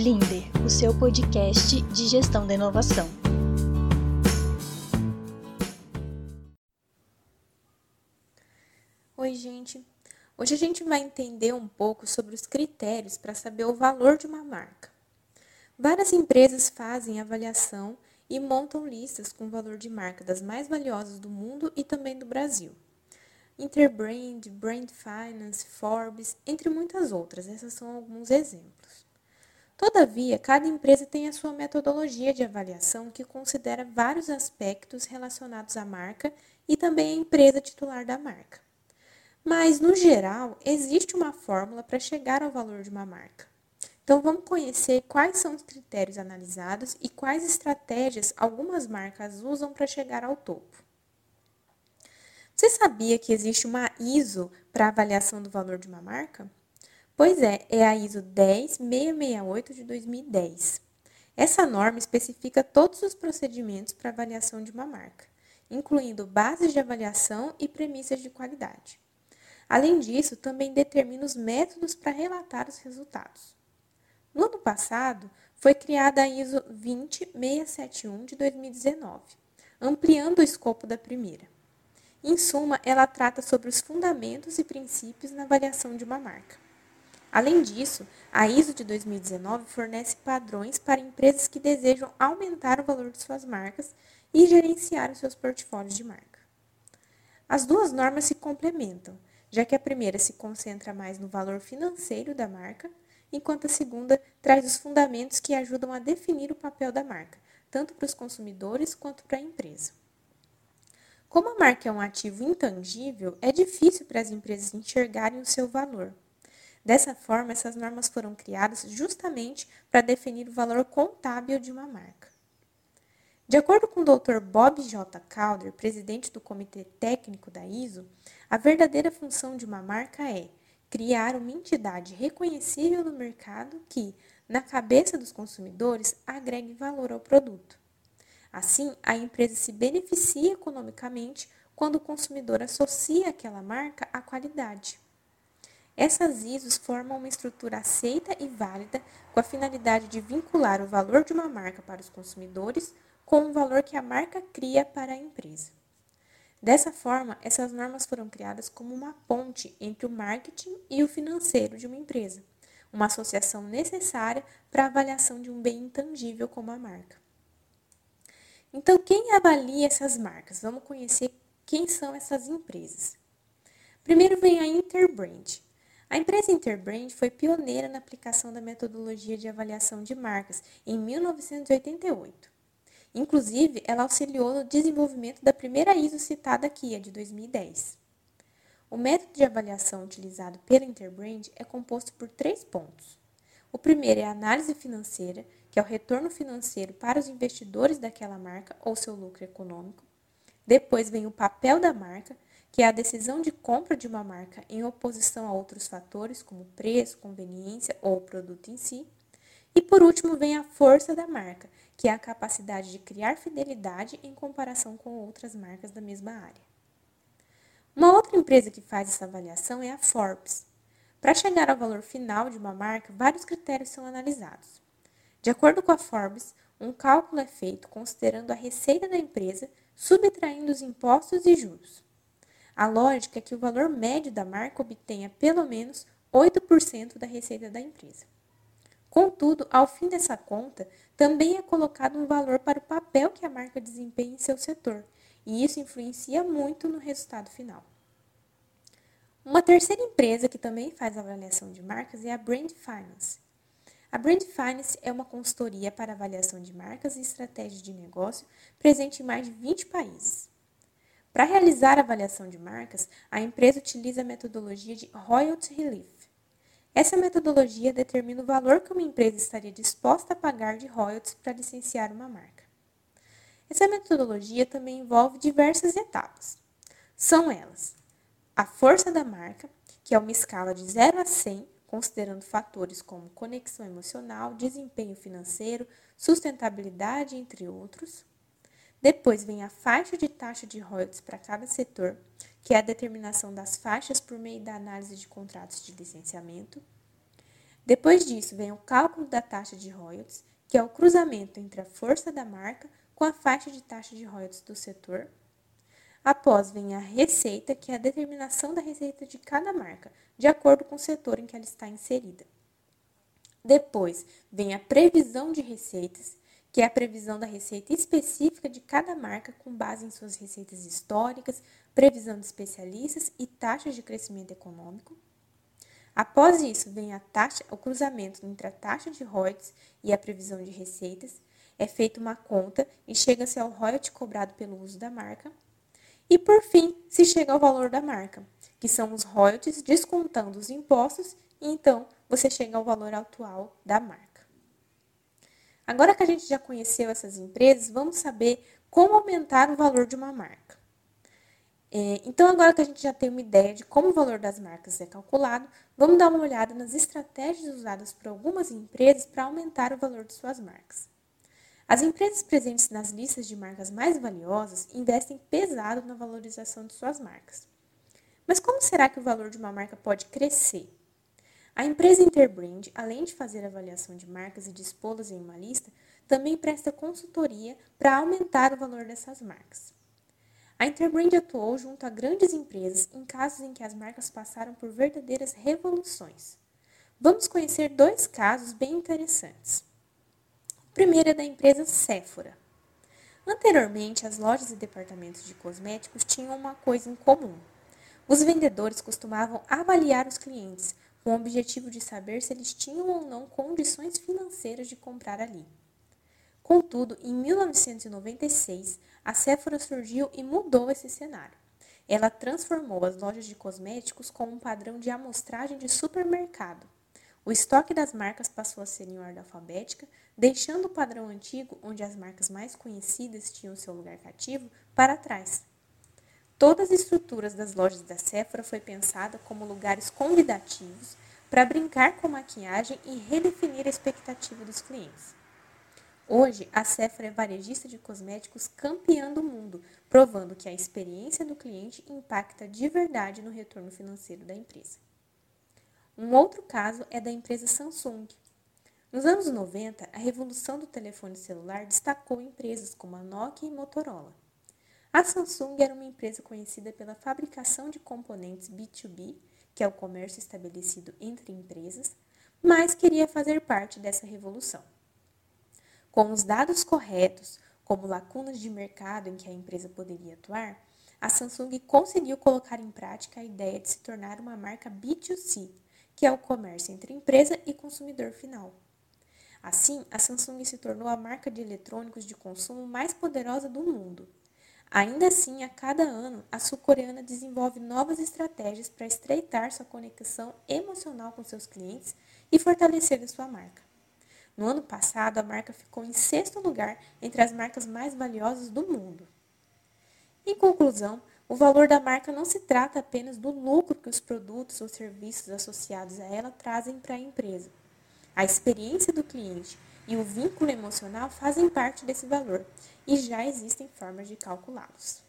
Linder, o seu podcast de gestão da inovação. Oi, gente! Hoje a gente vai entender um pouco sobre os critérios para saber o valor de uma marca. Várias empresas fazem avaliação e montam listas com o valor de marca das mais valiosas do mundo e também do Brasil. Interbrand, Brand Finance, Forbes, entre muitas outras, esses são alguns exemplos. Todavia, cada empresa tem a sua metodologia de avaliação que considera vários aspectos relacionados à marca e também à empresa titular da marca. Mas, no geral, existe uma fórmula para chegar ao valor de uma marca. Então, vamos conhecer quais são os critérios analisados e quais estratégias algumas marcas usam para chegar ao topo. Você sabia que existe uma ISO para avaliação do valor de uma marca? Pois é a ISO 10668 de 2010. Essa norma especifica todos os procedimentos para avaliação de uma marca, incluindo bases de avaliação e premissas de qualidade. Além disso, também determina os métodos para relatar os resultados. No ano passado, foi criada a ISO 20671 de 2019, ampliando o escopo da primeira. Em suma, ela trata sobre os fundamentos e princípios na avaliação de uma marca. Além disso, a ISO de 2019 fornece padrões para empresas que desejam aumentar o valor de suas marcas e gerenciar os seus portfólios de marca. As duas normas se complementam, já que a primeira se concentra mais no valor financeiro da marca, enquanto a segunda traz os fundamentos que ajudam a definir o papel da marca, tanto para os consumidores quanto para a empresa. Como a marca é um ativo intangível, é difícil para as empresas enxergarem o seu valor. Dessa forma, essas normas foram criadas justamente para definir o valor contábil de uma marca. De acordo com o Dr. Bob J. Calder, presidente do Comitê Técnico da ISO, a verdadeira função de uma marca é criar uma entidade reconhecível no mercado que, na cabeça dos consumidores, agregue valor ao produto. Assim, a empresa se beneficia economicamente quando o consumidor associa aquela marca à qualidade. Essas ISOs formam uma estrutura aceita e válida com a finalidade de vincular o valor de uma marca para os consumidores com o valor que a marca cria para a empresa. Dessa forma, essas normas foram criadas como uma ponte entre o marketing e o financeiro de uma empresa, uma associação necessária para a avaliação de um bem intangível como a marca. Então, quem avalia essas marcas? Vamos conhecer quem são essas empresas. Primeiro vem a Interbrand. A empresa Interbrand foi pioneira na aplicação da metodologia de avaliação de marcas em 1988. Inclusive, ela auxiliou no desenvolvimento da primeira ISO citada aqui, a de 2010. O método de avaliação utilizado pela Interbrand é composto por 3 pontos. O primeiro é a análise financeira, que é o retorno financeiro para os investidores daquela marca ou seu lucro econômico. Depois vem o papel da marca, que é a decisão de compra de uma marca em oposição a outros fatores, como preço, conveniência ou o produto em si. E por último vem a força da marca, que é a capacidade de criar fidelidade em comparação com outras marcas da mesma área. Uma outra empresa que faz essa avaliação é a Forbes. Para chegar ao valor final de uma marca, vários critérios são analisados. De acordo com a Forbes, um cálculo é feito considerando a receita da empresa, subtraindo os impostos e juros. A lógica é que o valor médio da marca obtenha pelo menos 8% da receita da empresa. Contudo, ao fim dessa conta, também é colocado um valor para o papel que a marca desempenha em seu setor, e isso influencia muito no resultado final. Uma terceira empresa que também faz avaliação de marcas é a Brand Finance. A Brand Finance é uma consultoria para avaliação de marcas e estratégias de negócio presente em mais de 20 países. Para realizar a avaliação de marcas, a empresa utiliza a metodologia de Royalty Relief. Essa metodologia determina o valor que uma empresa estaria disposta a pagar de royalties para licenciar uma marca. Essa metodologia também envolve diversas etapas. São elas: a força da marca, que é uma escala de 0 a 100, considerando fatores como conexão emocional, desempenho financeiro, sustentabilidade, entre outros. Depois vem a faixa de taxa de royalties para cada setor, que é a determinação das faixas por meio da análise de contratos de licenciamento. Depois disso, vem o cálculo da taxa de royalties, que é o cruzamento entre a força da marca com a faixa de taxa de royalties do setor. Após vem a receita, que é a determinação da receita de cada marca, de acordo com o setor em que ela está inserida. Depois vem a previsão de receitas, que é a previsão da receita específica de cada marca com base em suas receitas históricas, previsão de especialistas e taxas de crescimento econômico. Após isso, vem o cruzamento entre a taxa de royalties e a previsão de receitas. É feita uma conta e chega-se ao royalty cobrado pelo uso da marca. E, por fim, se chega ao valor da marca, que são os royalties descontando os impostos, e então você chega ao valor atual da marca. Agora que a gente já conheceu essas empresas, vamos saber como aumentar o valor de uma marca. Então, agora que a gente já tem uma ideia de como o valor das marcas é calculado, vamos dar uma olhada nas estratégias usadas por algumas empresas para aumentar o valor de suas marcas. As empresas presentes nas listas de marcas mais valiosas investem pesado na valorização de suas marcas. Mas como será que o valor de uma marca pode crescer? A empresa Interbrand, além de fazer avaliação de marcas e dispô-las em uma lista, também presta consultoria para aumentar o valor dessas marcas. A Interbrand atuou junto a grandes empresas em casos em que as marcas passaram por verdadeiras revoluções. Vamos conhecer 2 casos bem interessantes. O primeiro é da empresa Sephora. Anteriormente, as lojas e departamentos de cosméticos tinham uma coisa em comum. Os vendedores costumavam avaliar os clientes, com o objetivo de saber se eles tinham ou não condições financeiras de comprar ali. Contudo, em 1996, a Sephora surgiu e mudou esse cenário. Ela transformou as lojas de cosméticos com um padrão de amostragem de supermercado. O estoque das marcas passou a ser em ordem alfabética, deixando o padrão antigo, onde as marcas mais conhecidas tinham seu lugar cativo, para trás. Todas as estruturas das lojas da Sephora foi pensada como lugares convidativos para brincar com maquiagem e redefinir a expectativa dos clientes. Hoje, a Sephora é varejista de cosméticos campeã do mundo, provando que a experiência do cliente impacta de verdade no retorno financeiro da empresa. Um outro caso é da empresa Samsung. Nos anos 90, a revolução do telefone celular destacou empresas como a Nokia e Motorola. A Samsung era uma empresa conhecida pela fabricação de componentes B2B, que é o comércio estabelecido entre empresas, mas queria fazer parte dessa revolução. Com os dados corretos, como lacunas de mercado em que a empresa poderia atuar, a Samsung conseguiu colocar em prática a ideia de se tornar uma marca B2C, que é o comércio entre empresa e consumidor final. Assim, a Samsung se tornou a marca de eletrônicos de consumo mais poderosa do mundo. Ainda assim, a cada ano, a sul-coreana desenvolve novas estratégias para estreitar sua conexão emocional com seus clientes e fortalecer a sua marca. No ano passado, a marca ficou em 6º lugar entre as marcas mais valiosas do mundo. Em conclusão, o valor da marca não se trata apenas do lucro que os produtos ou serviços associados a ela trazem para a empresa. A experiência do cliente e o vínculo emocional fazem parte desse valor e já existem formas de calculá-los.